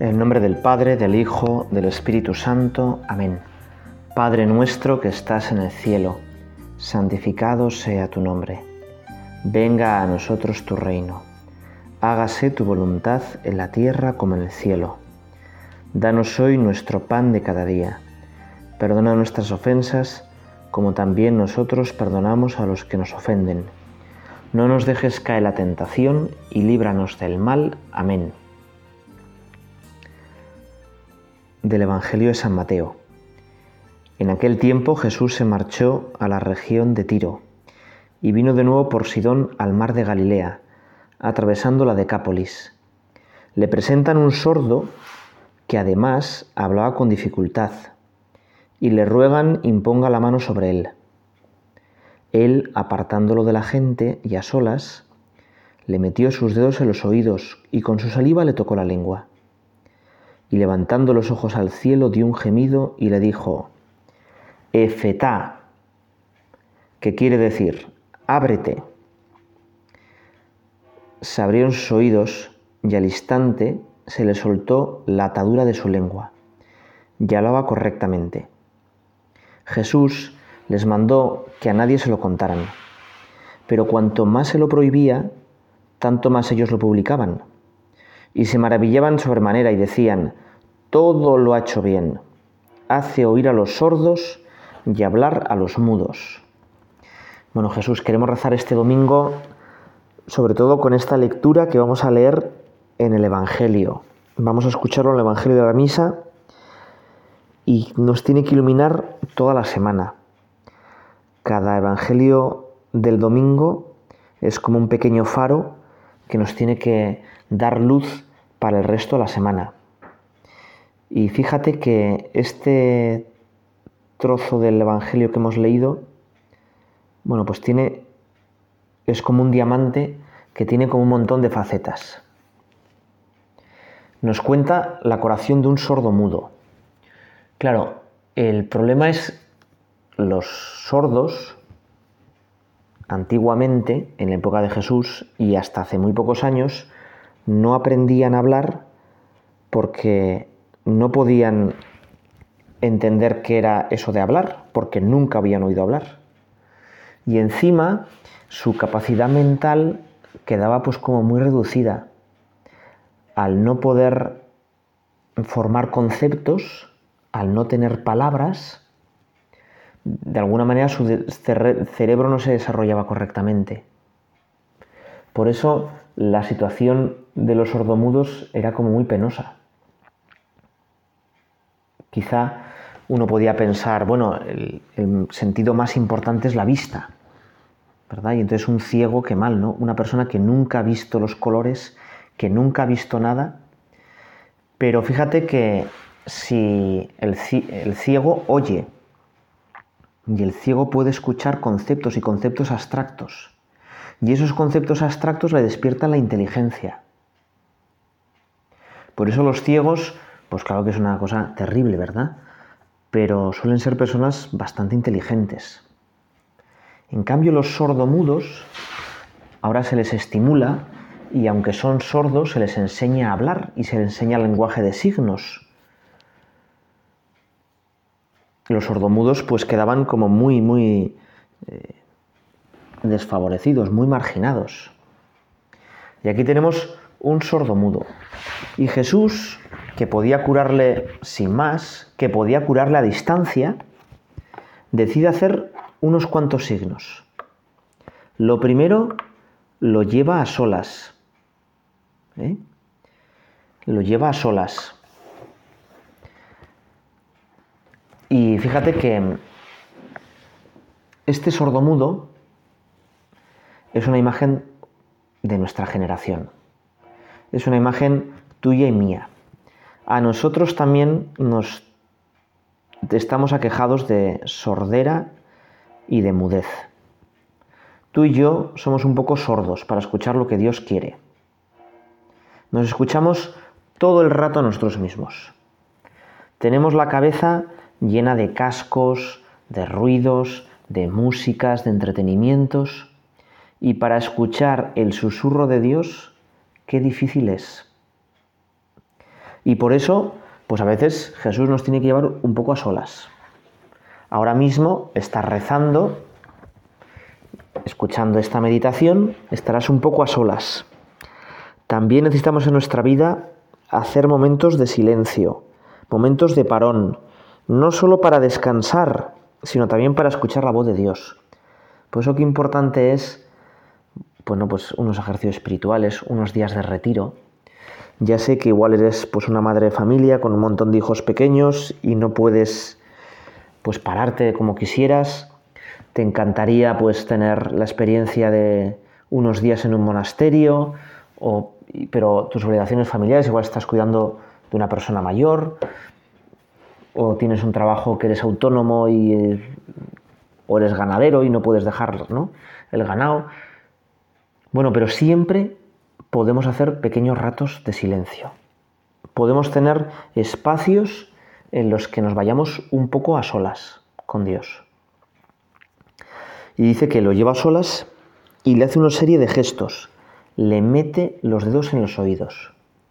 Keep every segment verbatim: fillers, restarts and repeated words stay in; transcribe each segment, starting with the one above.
En el nombre del Padre, del Hijo, del Espíritu Santo. Amén. Padre nuestro que estás en el cielo, santificado sea tu nombre. Venga a nosotros tu reino. Hágase tu voluntad en la tierra como en el cielo. Danos hoy nuestro pan de cada día. Perdona nuestras ofensas, como también nosotros perdonamos a los que nos ofenden. No nos dejes caer en la tentación y líbranos del mal. Amén. Del Evangelio de San Mateo. En aquel tiempo Jesús se marchó a la región de Tiro y vino de nuevo por Sidón al mar de Galilea, atravesando la Decápolis. Le presentan un sordo que además hablaba con dificultad y le ruegan imponga la mano sobre él. Él, apartándolo de la gente y a solas, le metió sus dedos en los oídos y con su saliva le tocó la lengua. Y levantando los ojos al cielo dio un gemido y le dijo: Efetá, que quiere decir, ábrete. Se abrieron sus oídos y al instante se le soltó la atadura de su lengua y hablaba correctamente. Jesús les mandó que a nadie se lo contaran, pero cuanto más se lo prohibía, tanto más ellos lo publicaban. Y se maravillaban sobremanera y decían: todo lo ha hecho bien, hace oír a los sordos y hablar a los mudos. Bueno, Jesús, queremos rezar este domingo sobre todo con esta lectura que vamos a leer en el Evangelio. Vamos a escucharlo en el Evangelio de la Misa y nos tiene que iluminar toda la semana. Cada Evangelio del domingo es como un pequeño faro que nos tiene que dar luz para el resto de la semana. Y fíjate que este trozo del Evangelio que hemos leído, bueno, pues tiene, es como un diamante que tiene como un montón de facetas. Nos cuenta la curación de un sordo mudo. Claro, el problema es los sordos, antiguamente, en la época de Jesús y hasta hace muy pocos años, no aprendían a hablar porque no podían entender qué era eso de hablar, porque nunca habían oído hablar. Y encima su capacidad mental quedaba pues como muy reducida. Al no poder formar conceptos, al no tener palabras, de alguna manera su cerebro no se desarrollaba correctamente. Por eso la situación de los sordomudos era como muy penosa. Quizá uno podía pensar, bueno, el, el sentido más importante es la vista, ¿verdad? Y entonces un ciego, qué mal, ¿no? Una persona que nunca ha visto los colores, que nunca ha visto nada. Pero fíjate que si el, el ciego oye, y el ciego puede escuchar conceptos y conceptos abstractos, y esos conceptos abstractos le despiertan la inteligencia. Por eso los ciegos, pues claro que es una cosa terrible, ¿verdad? Pero suelen ser personas bastante inteligentes. En cambio, los sordomudos, ahora se les estimula y aunque son sordos, se les enseña a hablar y se les enseña el lenguaje de signos. Los sordomudos pues quedaban como muy, muy eh, desfavorecidos, muy marginados. Y aquí tenemos un sordomudo. Y Jesús, que podía curarle sin más, que podía curarle a distancia, decide hacer unos cuantos signos. Lo primero, lo lleva a solas. ¿Eh? Lo lleva a solas. Y fíjate que este sordomudo es una imagen de nuestra generación. Es una imagen tuya y mía. A nosotros también nos estamos aquejados de sordera y de mudez. Tú y yo somos un poco sordos para escuchar lo que Dios quiere. Nos escuchamos todo el rato a nosotros mismos. Tenemos la cabeza llena de cascos, de ruidos, de músicas, de entretenimientos, y para escuchar el susurro de Dios, qué difícil es. Y por eso, pues a veces Jesús nos tiene que llevar un poco a solas. Ahora mismo estás rezando, escuchando esta meditación, estarás un poco a solas. También necesitamos en nuestra vida hacer momentos de silencio, momentos de parón, no solo para descansar, sino también para escuchar la voz de Dios. Por eso qué importante es, bueno, pues unos ejercicios espirituales, unos días de retiro. Ya sé que igual eres pues una madre de familia con un montón de hijos pequeños y no puedes pues pararte como quisieras. Te encantaría pues tener la experiencia de unos días en un monasterio, o, pero tus obligaciones familiares, igual estás cuidando de una persona mayor, o tienes un trabajo que eres autónomo y, o eres ganadero y no puedes dejar, ¿no?, el ganado. Bueno, pero siempre podemos hacer pequeños ratos de silencio. Podemos tener espacios en los que nos vayamos un poco a solas con Dios. Y dice que lo lleva a solas y le hace una serie de gestos. Le mete los dedos en los oídos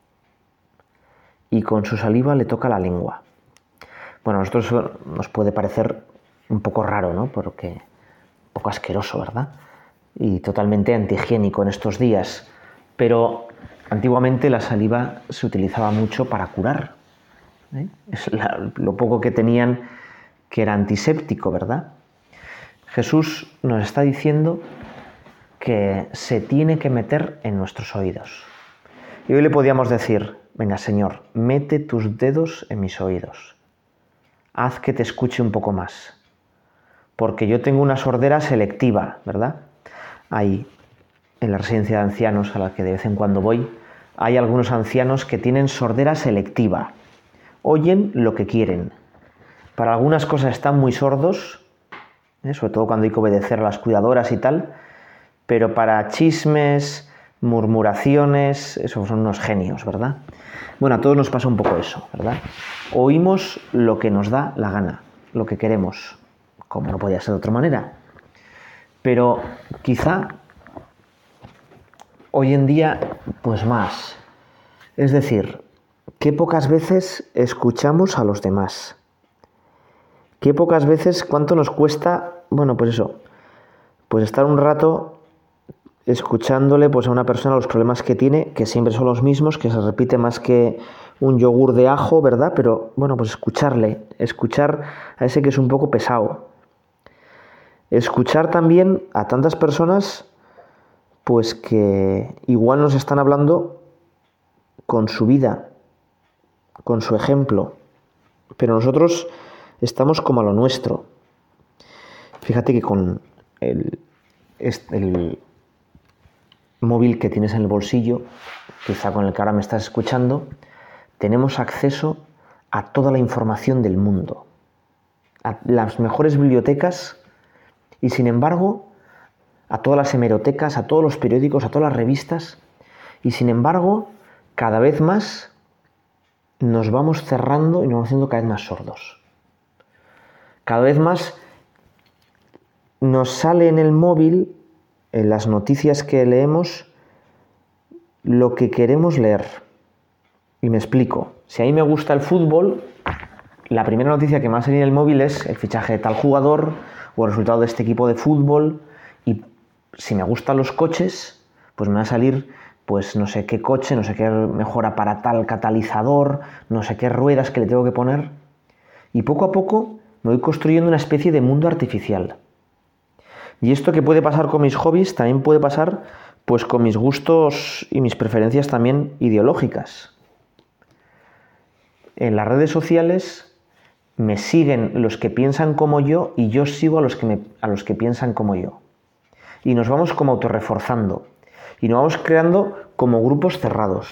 y con su saliva le toca la lengua. Bueno, a nosotros nos puede parecer un poco raro, ¿no? Porque un poco asqueroso, ¿verdad? Y totalmente antihigiénico en estos días. Pero antiguamente la saliva se utilizaba mucho para curar. ¿eh? Es la, lo poco que tenían que era antiséptico, ¿verdad? Jesús nos está diciendo que se tiene que meter en nuestros oídos. Y hoy le podíamos decir, venga Señor, mete tus dedos en mis oídos. Haz que te escuche un poco más. Porque yo tengo una sordera selectiva, ¿verdad? Hay en la residencia de ancianos a la que de vez en cuando voy, hay algunos ancianos que tienen sordera selectiva. Oyen lo que quieren. Para algunas cosas están muy sordos, ¿eh? sobre todo cuando hay que obedecer a las cuidadoras y tal, pero para chismes, murmuraciones, esos son unos genios, ¿verdad? Bueno, a todos nos pasa un poco eso, ¿verdad? Oímos lo que nos da la gana, lo que queremos, como no podía ser de otra manera. Pero quizá hoy en día, pues más. Es decir, qué pocas veces escuchamos a los demás. Qué pocas veces, cuánto nos cuesta, bueno, pues eso, pues estar un rato escuchándole pues a una persona los problemas que tiene, que siempre son los mismos, que se repite más que un yogur de ajo, ¿verdad? Pero bueno, pues escucharle, escuchar a ese que es un poco pesado. Escuchar también a tantas personas pues que igual nos están hablando con su vida, con su ejemplo, pero nosotros estamos como a lo nuestro. Fíjate que con el, el móvil que tienes en el bolsillo, quizá con el que ahora me estás escuchando, tenemos acceso a toda la información del mundo, a las mejores bibliotecas y sin embargo a todas las hemerotecas, a todos los periódicos, a todas las revistas, y sin embargo cada vez más nos vamos cerrando y nos vamos haciendo cada vez más sordos. Cada vez más nos sale en el móvil, en las noticias que leemos, lo que queremos leer. Y me explico. Si a mí me gusta el fútbol, la primera noticia que me va a salir en el móvil es el fichaje de tal jugador o el resultado de este equipo de fútbol. Y si me gustan los coches, pues me va a salir pues no sé qué coche, no sé qué mejora para tal catalizador, no sé qué ruedas que le tengo que poner. Y poco a poco me voy construyendo una especie de mundo artificial. Y esto que puede pasar con mis hobbies también puede pasar pues con mis gustos y mis preferencias también ideológicas. En las redes sociales me siguen los que piensan como yo y yo sigo a los que, me, a los que piensan como yo. Y nos vamos como autorreforzando. Y nos vamos creando como grupos cerrados.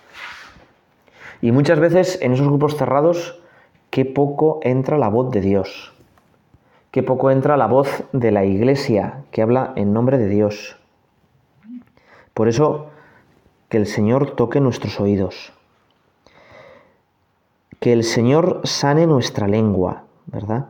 Y muchas veces en esos grupos cerrados, qué poco entra la voz de Dios. Qué poco entra la voz de la Iglesia que habla en nombre de Dios. Por eso, que el Señor toque nuestros oídos. Que el Señor sane nuestra lengua, ¿verdad?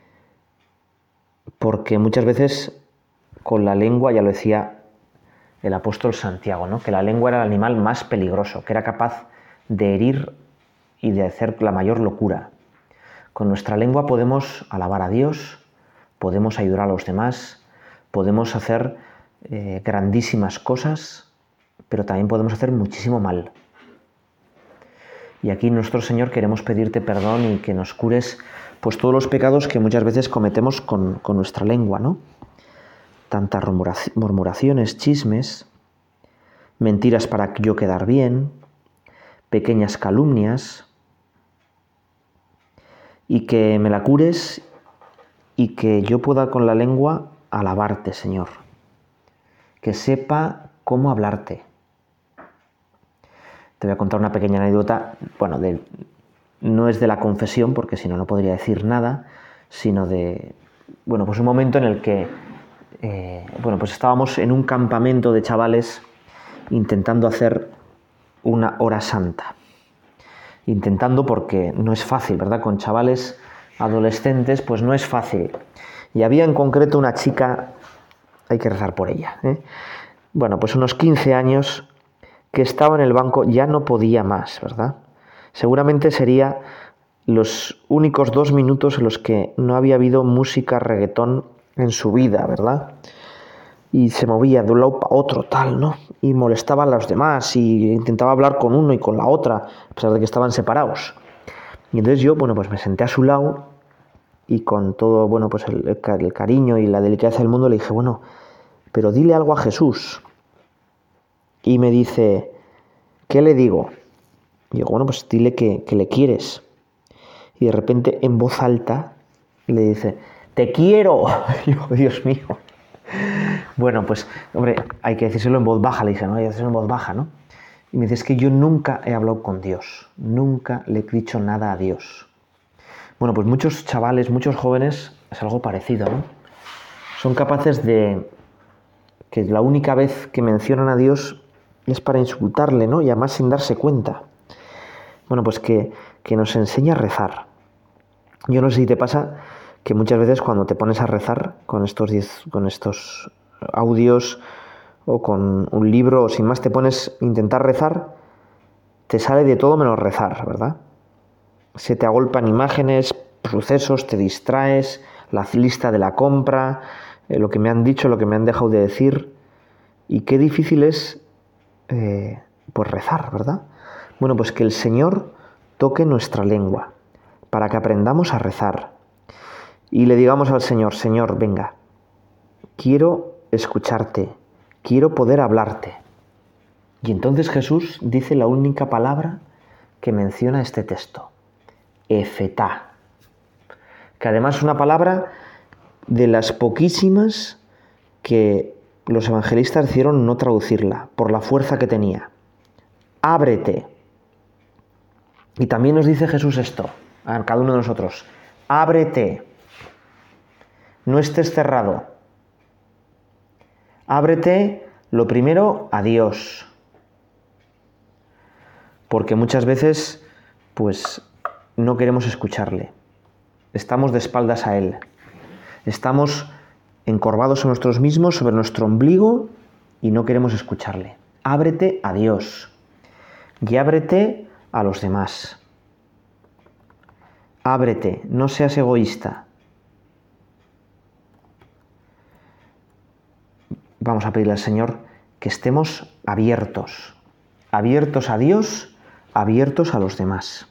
Porque muchas veces con la lengua, ya lo decía el apóstol Santiago, ¿no?, que la lengua era el animal más peligroso, que era capaz de herir y de hacer la mayor locura. Con nuestra lengua podemos alabar a Dios, podemos ayudar a los demás, podemos hacer eh, grandísimas cosas, pero también podemos hacer muchísimo mal. Y aquí nuestro Señor queremos pedirte perdón y que nos cures pues todos los pecados que muchas veces cometemos con, con nuestra lengua, ¿no? Tantas murmuraciones, chismes, mentiras para yo quedar bien, pequeñas calumnias, y que me la cures y que yo pueda con la lengua alabarte, Señor. Que sepa cómo hablarte. Te voy a contar una pequeña anécdota, bueno, de, no es de la confesión, porque si no, no podría decir nada, sino de, bueno, pues un momento en el que, eh, bueno, pues estábamos en un campamento de chavales intentando hacer una hora santa. Intentando porque no es fácil, ¿verdad? Con chavales adolescentes, pues no es fácil. Y había en concreto una chica, hay que rezar por ella, ¿eh? Bueno, pues unos quince años, que estaba en el banco, ya no podía más, ¿verdad? Seguramente sería los únicos dos minutos en los que no había habido música reggaetón en su vida, ¿verdad? Y se movía de un lado para otro, tal, ¿no? Y molestaba a los demás y intentaba hablar con uno y con la otra, a pesar de que estaban separados. Y entonces yo, bueno, pues me senté a su lado y con todo, bueno, pues el, el cariño y la delicadeza del mundo le dije, bueno, pero dile algo a Jesús. Y me dice, ¿qué le digo? Y digo, bueno, pues dile que, que le quieres. Y de repente, en voz alta, le dice, ¡te quiero! Y digo, Dios mío. Bueno, pues, hombre, hay que decírselo en voz baja, le dije, ¿no? Hay que decírselo en voz baja, ¿no? Y me dice, es que yo nunca he hablado con Dios. Nunca le he dicho nada a Dios. Bueno, pues muchos chavales, muchos jóvenes, es algo parecido, ¿no? Son capaces de que la única vez que mencionan a Dios es para insultarle, ¿no? Y además sin darse cuenta. Bueno, pues que, que nos enseña a rezar. Yo no sé si te pasa que muchas veces cuando te pones a rezar con estos, diez, con estos audios o con un libro o sin más te pones a intentar rezar, te sale de todo menos rezar, ¿verdad? Se te agolpan imágenes, sucesos, te distraes, la lista de la compra, eh, lo que me han dicho, lo que me han dejado de decir. Y qué difícil es Eh, pues rezar, ¿verdad? Bueno, pues que el Señor toque nuestra lengua para que aprendamos a rezar y le digamos al Señor, Señor, venga, quiero escucharte, quiero poder hablarte. Y entonces Jesús dice la única palabra que menciona este texto, efetá, que además es una palabra de las poquísimas que los evangelistas decidieron no traducirla por la fuerza que tenía. Ábrete. Y también nos dice Jesús esto, a cada uno de nosotros. Ábrete. No estés cerrado. Ábrete, lo primero, a Dios. Porque muchas veces, pues, no queremos escucharle. Estamos de espaldas a Él. Estamos encorvados en nosotros mismos, sobre nuestro ombligo, y no queremos escucharle. Ábrete a Dios y ábrete a los demás. Ábrete, no seas egoísta. Vamos a pedirle al Señor que estemos abiertos, abiertos a Dios, abiertos a los demás.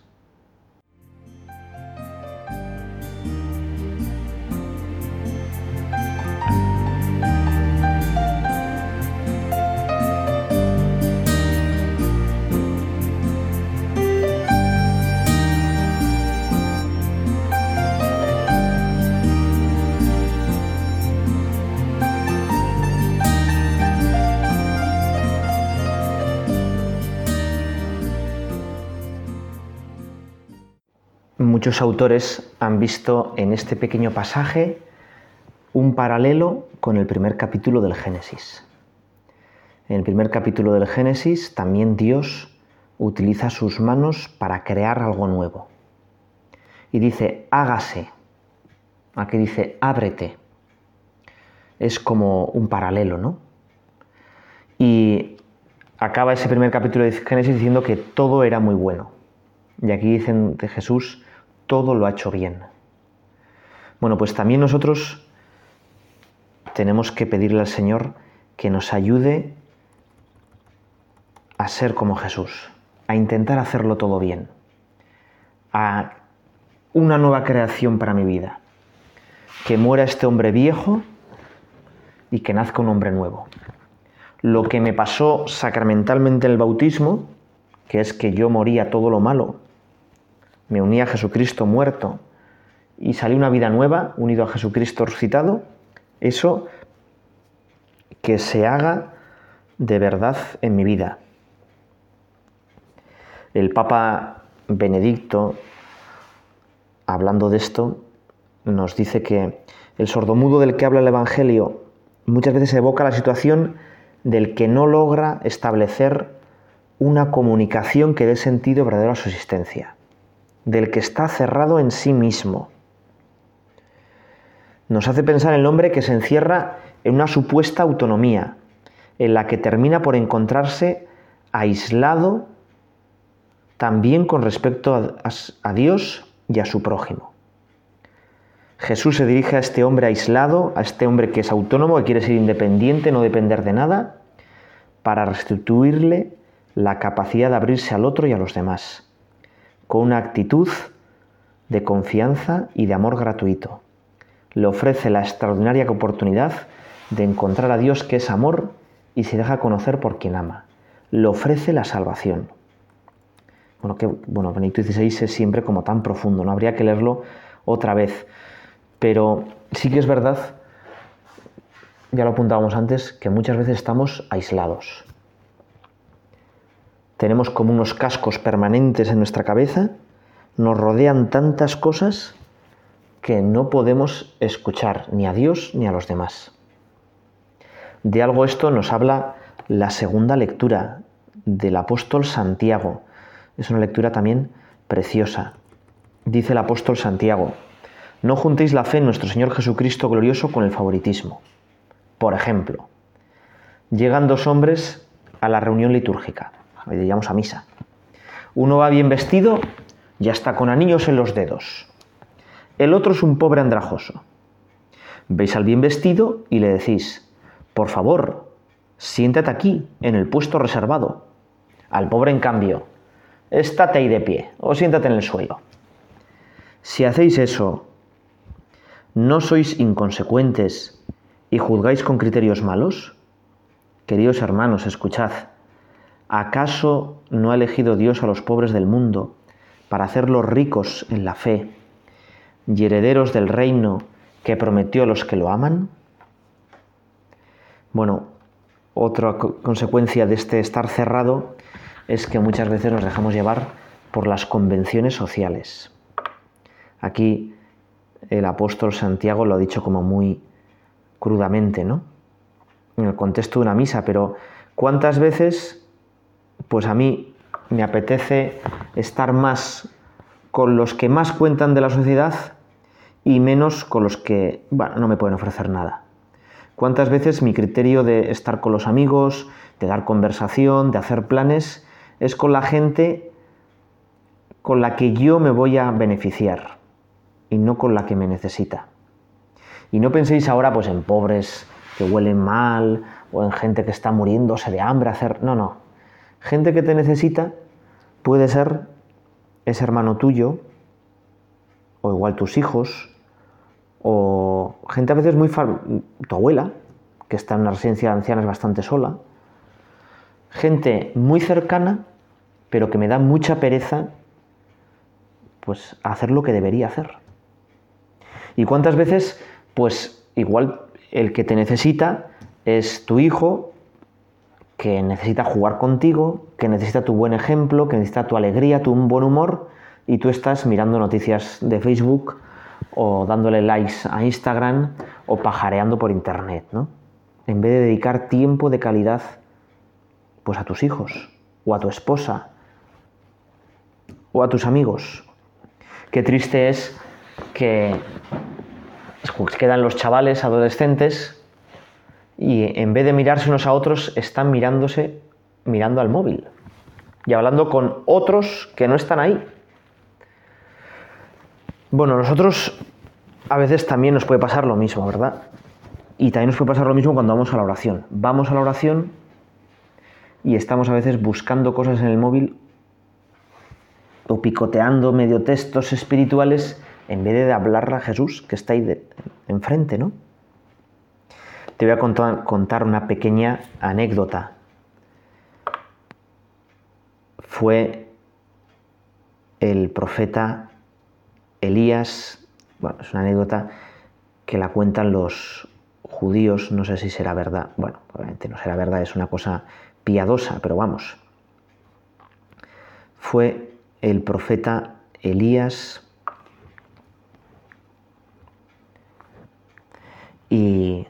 Muchos autores han visto en este pequeño pasaje un paralelo con el primer capítulo del Génesis. En el primer capítulo del Génesis también Dios utiliza sus manos para crear algo nuevo. Y dice, hágase. Aquí dice, ábrete. Es como un paralelo, ¿no? Y acaba ese primer capítulo de Génesis diciendo que todo era muy bueno. Y aquí dicen de Jesús, todo lo ha hecho bien. Bueno, pues también nosotros tenemos que pedirle al Señor que nos ayude a ser como Jesús, a intentar hacerlo todo bien, a una nueva creación para mi vida, que muera este hombre viejo y que nazca un hombre nuevo. Lo que me pasó sacramentalmente en el bautismo, que es que yo moría todo lo malo, me uní a Jesucristo muerto y salí una vida nueva, unido a Jesucristo resucitado, eso que se haga de verdad en mi vida. El Papa Benedicto, hablando de esto, nos dice que el sordomudo del que habla el Evangelio muchas veces evoca la situación del que no logra establecer una comunicación que dé sentido verdadero a su existencia, del que está cerrado en sí mismo. Nos hace pensar en el hombre que se encierra en una supuesta autonomía, en la que termina por encontrarse aislado también con respecto a, a, a Dios y a su prójimo. Jesús se dirige a este hombre aislado, a este hombre que es autónomo, que quiere ser independiente, no depender de nada, para restituirle la capacidad de abrirse al otro y a los demás, con una actitud de confianza y de amor gratuito. Le ofrece la extraordinaria oportunidad de encontrar a Dios, que es amor, y se deja conocer por quien ama. Le ofrece la salvación. Bueno, que, bueno, Benedicto dieciséis es siempre como tan profundo, no habría que leerlo otra vez. Pero sí que es verdad, ya lo apuntábamos antes, que muchas veces estamos aislados. Tenemos como unos cascos permanentes en nuestra cabeza, nos rodean tantas cosas que no podemos escuchar ni a Dios ni a los demás. De algo esto nos habla la segunda lectura del apóstol Santiago. Es una lectura también preciosa. Dice el apóstol Santiago: no juntéis la fe en nuestro Señor Jesucristo glorioso con el favoritismo. Por ejemplo, llegan dos hombres a la reunión litúrgica, le llamamos a misa. Uno va bien vestido, ya está con anillos en los dedos. El otro es un pobre andrajoso. Veis al bien vestido y le decís: por favor, siéntate aquí, en el puesto reservado. Al pobre, en cambio: estate ahí de pie o siéntate en el suelo. Si hacéis eso, ¿no sois inconsecuentes y juzgáis con criterios malos? Queridos hermanos, escuchad. ¿Acaso no ha elegido Dios a los pobres del mundo para hacerlos ricos en la fe y herederos del reino que prometió a los que lo aman? Bueno, otra consecuencia de este estar cerrado es que muchas veces nos dejamos llevar por las convenciones sociales. Aquí el apóstol Santiago lo ha dicho como muy crudamente, ¿no? En el contexto de una misa, pero ¿cuántas veces pues a mí me apetece estar más con los que más cuentan de la sociedad y menos con los que, bueno, no me pueden ofrecer nada? ¿Cuántas veces mi criterio de estar con los amigos, de dar conversación, de hacer planes, es con la gente con la que yo me voy a beneficiar y no con la que me necesita? Y no penséis ahora pues en pobres que huelen mal o en gente que está muriéndose de hambre, hacer... No, no. Gente que te necesita puede ser ese hermano tuyo, o igual tus hijos, o gente a veces muy... Far... tu abuela, que está en una residencia de ancianas bastante sola. Gente muy cercana, pero que me da mucha pereza pues hacer lo que debería hacer. ¿Y cuántas veces, pues igual el que te necesita es tu hijo, que necesita jugar contigo, que necesita tu buen ejemplo, que necesita tu alegría, tu buen humor, y tú estás mirando noticias de Facebook o dándole likes a Instagram o pajareando por internet, ¿no? En vez de dedicar tiempo de calidad pues a tus hijos o a tu esposa o a tus amigos. Qué triste es que quedan los chavales adolescentes y en vez de mirarse unos a otros están mirándose, mirando al móvil y hablando con otros que no están ahí. Bueno, nosotros a veces también nos puede pasar lo mismo, ¿verdad? Y también nos puede pasar lo mismo cuando vamos a la oración. Vamos a la oración y estamos a veces buscando cosas en el móvil o picoteando medio textos espirituales en vez de hablarle a Jesús, que está ahí de, enfrente, ¿no? Te voy a contar, contar una pequeña anécdota. Fue el profeta Elías, bueno, es una anécdota que la cuentan los judíos, no sé si será verdad, bueno, obviamente no será verdad, es una cosa piadosa, pero vamos. Fue el profeta Elías y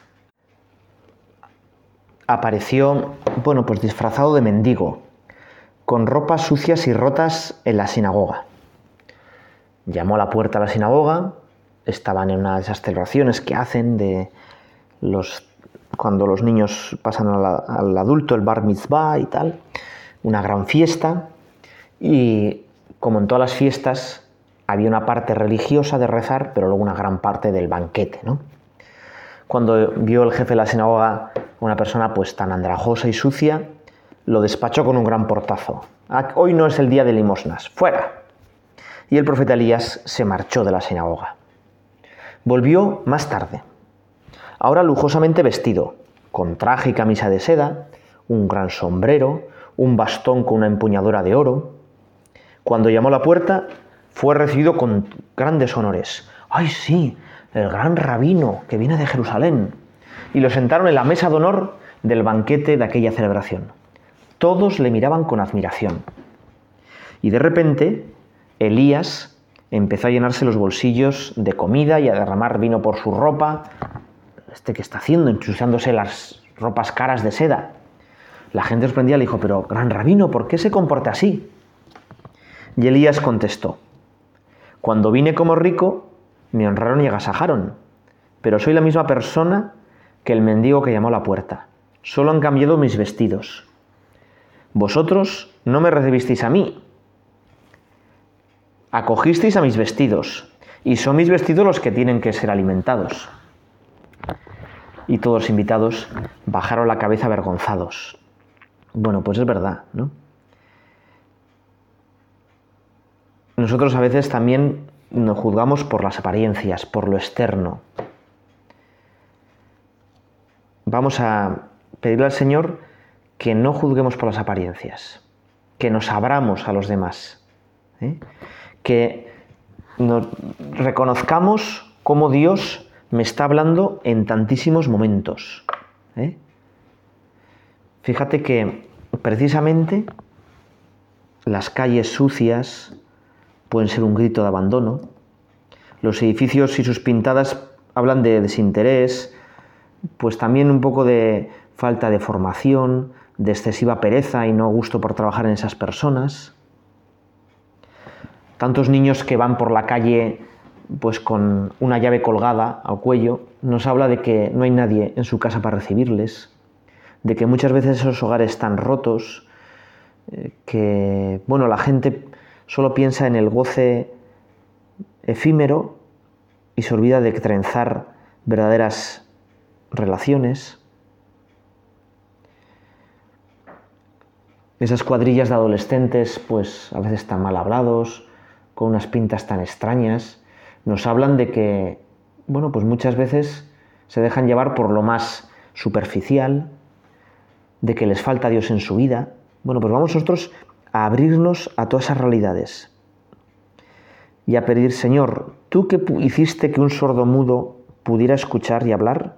apareció, bueno, pues disfrazado de mendigo, con ropas sucias y rotas en la sinagoga. Llamó a la puerta de la sinagoga, estaban en una de esas celebraciones que hacen de los cuando los niños pasan al, al adulto, el bar mitzvah y tal, una gran fiesta, y como en todas las fiestas había una parte religiosa de rezar, pero luego una gran parte del banquete, ¿no? Cuando vio el jefe de la sinagoga una persona pues tan andrajosa y sucia, lo despachó con un gran portazo. Hoy no es el día de limosnas, ¡fuera! Y el profeta Elías se marchó de la sinagoga. Volvió más tarde, ahora lujosamente vestido, con traje y camisa de seda, un gran sombrero, un bastón con una empuñadura de oro. Cuando llamó a la puerta, fue recibido con grandes honores. ¡Ay, sí! El gran rabino que viene de Jerusalén. Y lo sentaron en la mesa de honor del banquete de aquella celebración. Todos le miraban con admiración. Y de repente, Elías empezó a llenarse los bolsillos de comida y a derramar vino por su ropa. ¿Este qué está haciendo? Ensuciándose las ropas caras de seda. La gente sorprendida le dijo, pero gran rabino, ¿por qué se comporta así? Y Elías contestó, cuando vine como rico, me honraron y agasajaron, pero soy la misma persona que el mendigo que llamó a la puerta. Solo han cambiado mis vestidos. Vosotros no me recibisteis a mí, acogisteis a mis vestidos, y son mis vestidos los que tienen que ser alimentados. Y todos los invitados bajaron la cabeza avergonzados. Bueno, pues es verdad, ¿no? Nosotros a veces también nos juzgamos por las apariencias, por lo externo. Vamos a pedirle al Señor que no juzguemos por las apariencias, que nos abramos a los demás, ¿eh? Que nos reconozcamos cómo Dios me está hablando en tantísimos momentos, ¿eh? Fíjate que precisamente las calles sucias pueden ser un grito de abandono. Los edificios y sus pintadas hablan de desinterés, pues también un poco de falta de formación, de excesiva pereza y no gusto por trabajar en esas personas. Tantos niños que van por la calle pues con una llave colgada al cuello, nos habla de que no hay nadie en su casa para recibirles, de que muchas veces esos hogares están rotos, eh, que bueno, la gente solo piensa en el goce efímero y se olvida de trenzar verdaderas relaciones. Esas cuadrillas de adolescentes, pues a veces tan mal hablados, con unas pintas tan extrañas, nos hablan de que, bueno, pues muchas veces se dejan llevar por lo más superficial, de que les falta Dios en su vida. Bueno, pues vamos nosotros a abrirnos a todas esas realidades y a pedir, Señor, ¿tú que hiciste que un sordomudo pudiera escuchar y hablar?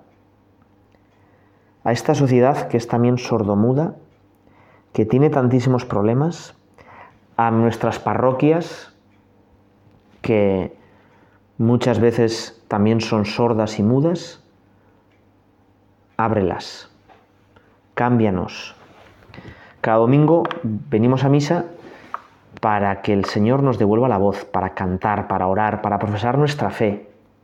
A esta sociedad que es también sordomuda, que tiene tantísimos problemas, a nuestras parroquias que muchas veces también son sordas y mudas, ábrelas, cámbianos. Cada domingo venimos a misa para que el Señor nos devuelva la voz, para cantar, para orar, para profesar nuestra fe.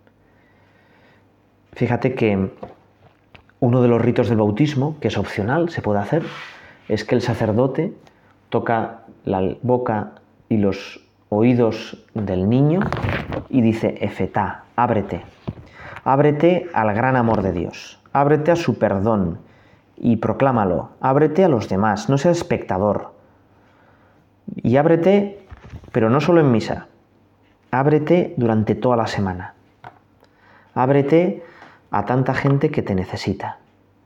Fíjate que uno de los ritos del bautismo, que es opcional, se puede hacer, es que el sacerdote toca la boca y los oídos del niño y dice, Efetá, ábrete. Ábrete al gran amor de Dios, ábrete a su perdón y proclámalo, ábrete a los demás, no seas espectador. Y ábrete, pero no solo en misa, ábrete durante toda la semana. Ábrete a tanta gente que te necesita.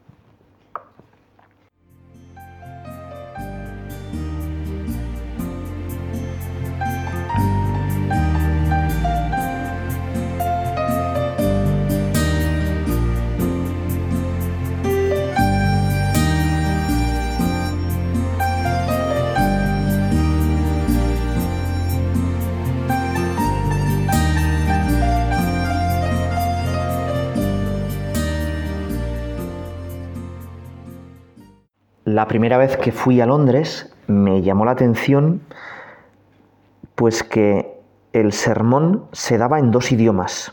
La primera vez que fui a Londres me llamó la atención pues que el sermón se daba en dos idiomas.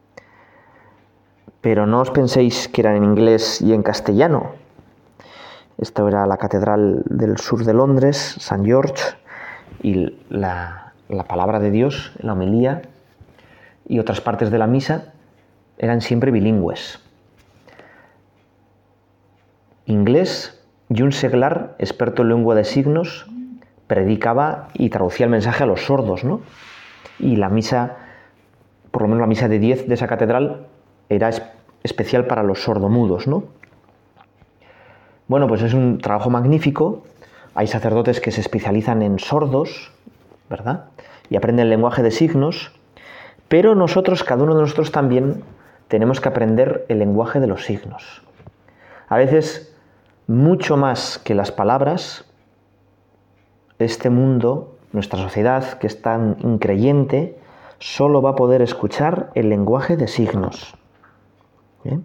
Pero no os penséis que eran en inglés y en castellano. Esto era la catedral del sur de Londres, Saint George, y la, la palabra de Dios, la homilía y otras partes de la misa eran siempre bilingües. Inglés. Y un seglar, experto en lengua de signos, predicaba y traducía el mensaje a los sordos, ¿no? Y la misa, por lo menos la misa de diez de esa catedral, era es- especial para los sordomudos, ¿no? Bueno, pues es un trabajo magnífico. Hay sacerdotes que se especializan en sordos, ¿verdad? Y aprenden el lenguaje de signos, pero nosotros, cada uno de nosotros también, tenemos que aprender el lenguaje de los signos. A veces, mucho más que las palabras, este mundo, nuestra sociedad, que es tan increyente, solo va a poder escuchar el lenguaje de signos. ¿Bien?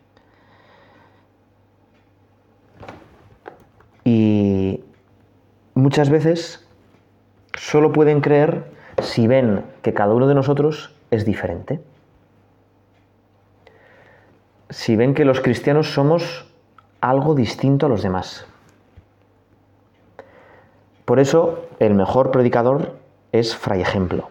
Y muchas veces solo pueden creer si ven que cada uno de nosotros es diferente. Si ven que los cristianos somos algo distinto a los demás. Por eso, el mejor predicador es Fray Ejemplo.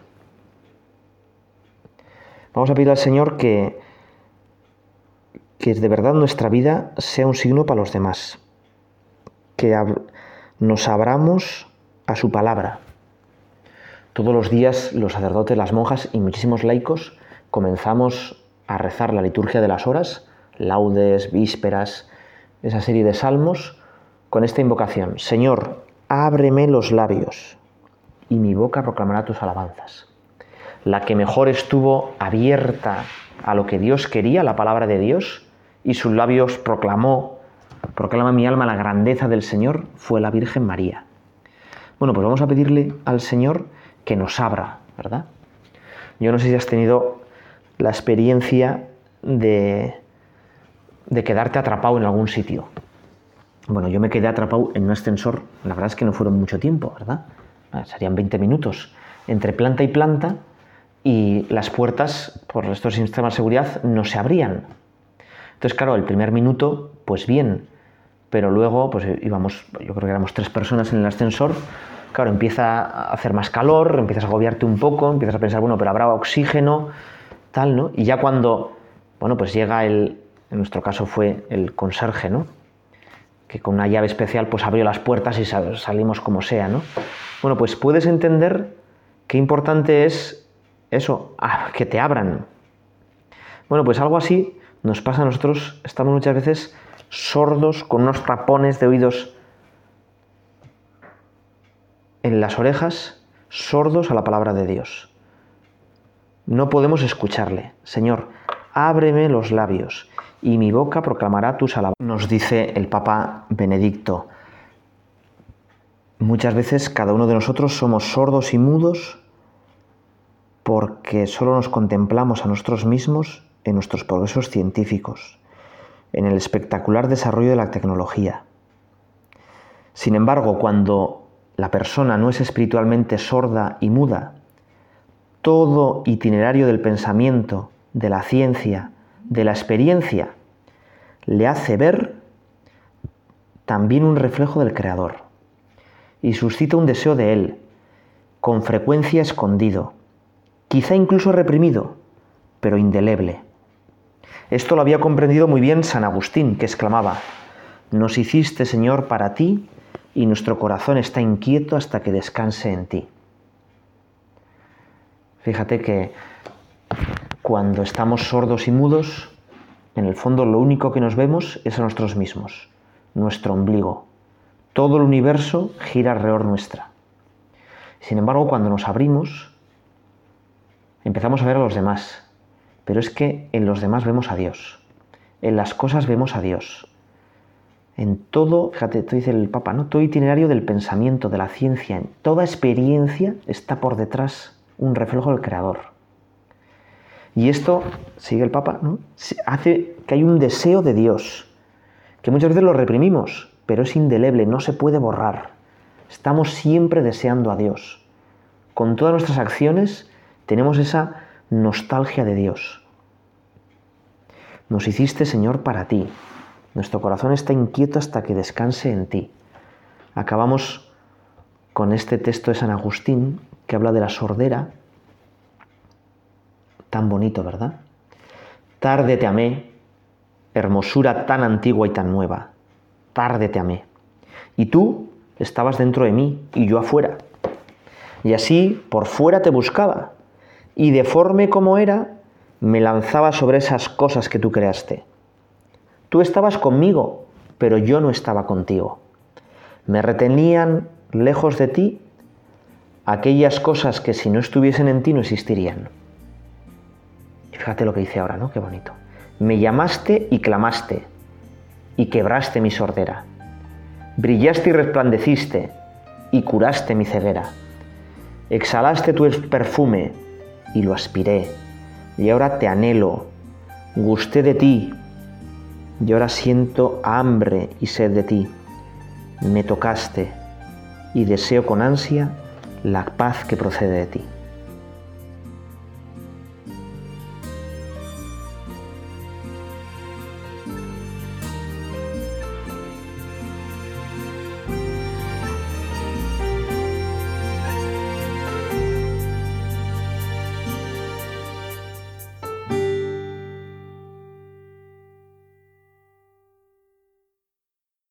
Vamos a pedir al Señor que, que de verdad nuestra vida sea un signo para los demás. Que ab- nos abramos a su palabra. Todos los días los sacerdotes, las monjas y muchísimos laicos comenzamos a rezar la liturgia de las horas, laudes, vísperas, esa serie de salmos, con esta invocación: Señor, ábreme los labios y mi boca proclamará tus alabanzas. La que mejor estuvo abierta a lo que Dios quería, la palabra de Dios, y sus labios proclamó, proclama mi alma la grandeza del Señor, fue la Virgen María. Bueno, pues vamos a pedirle al Señor que nos abra, ¿verdad? Yo no sé si has tenido la experiencia de... de quedarte atrapado en algún sitio. Bueno, yo me quedé atrapado en un ascensor, la verdad es que no fueron mucho tiempo, ¿verdad? Serían veinte minutos, entre planta y planta, y las puertas, por estos sistemas de seguridad, no se abrían. Entonces, claro, el primer minuto, pues bien, pero luego, pues íbamos, yo creo que éramos tres personas en el ascensor, claro, empieza a hacer más calor, empiezas a agobiarte un poco, empiezas a pensar, bueno, pero habrá oxígeno, tal, ¿no? Y ya cuando, bueno, pues llega el, en nuestro caso fue el conserje, ¿no? Que con una llave especial pues abrió las puertas y sal, salimos como sea, ¿no? Bueno, pues puedes entender qué importante es eso, ah, que te abran. Bueno, pues algo así nos pasa a nosotros, estamos muchas veces sordos, con unos tapones de oídos en las orejas, sordos a la palabra de Dios. No podemos escucharle. Señor, ábreme los labios y mi boca proclamará tus alabanzas. Nos dice el Papa Benedicto, muchas veces cada uno de nosotros somos sordos y mudos porque solo nos contemplamos a nosotros mismos en nuestros progresos científicos, en el espectacular desarrollo de la tecnología. Sin embargo, cuando la persona no es espiritualmente sorda y muda, todo itinerario del pensamiento, de la ciencia, de la experiencia, le hace ver también un reflejo del Creador y suscita un deseo de Él, con frecuencia escondido, quizá incluso reprimido, pero indeleble. Esto lo había comprendido muy bien San Agustín, que exclamaba: «Nos hiciste, Señor, para ti, y nuestro corazón está inquieto hasta que descanse en ti». Fíjate que cuando estamos sordos y mudos, en el fondo lo único que nos vemos es a nosotros mismos, nuestro ombligo. Todo el universo gira alrededor nuestra. Sin embargo, cuando nos abrimos, empezamos a ver a los demás. Pero es que en los demás vemos a Dios. En las cosas vemos a Dios. En todo, fíjate, esto dice el Papa, ¿no? Todo itinerario del pensamiento, de la ciencia, en toda experiencia está por detrás un reflejo del Creador. Y esto, sigue el Papa, ¿no?, hace que hay un deseo de Dios, que muchas veces lo reprimimos, pero es indeleble, no se puede borrar. Estamos siempre deseando a Dios. Con todas nuestras acciones tenemos esa nostalgia de Dios. Nos hiciste, Señor, para ti. Nuestro corazón está inquieto hasta que descanse en ti. Acabamos con este texto de San Agustín que habla de la sordera. Tan bonito, ¿verdad? Tarde te amé, hermosura tan antigua y tan nueva. Tarde te amé. Y tú estabas dentro de mí y yo afuera. Y así por fuera te buscaba. Y deforme como era, me lanzaba sobre esas cosas que tú creaste. Tú estabas conmigo, pero yo no estaba contigo. Me retenían lejos de ti aquellas cosas que si no estuviesen en ti no existirían. Y fíjate lo que dice ahora, ¿no? Qué bonito. Me llamaste y clamaste, y quebraste mi sordera. Brillaste y resplandeciste, y curaste mi ceguera. Exhalaste tu perfume, y lo aspiré, y ahora te anhelo. Gusté de ti, y ahora siento hambre y sed de ti. Me tocaste, y deseo con ansia la paz que procede de ti.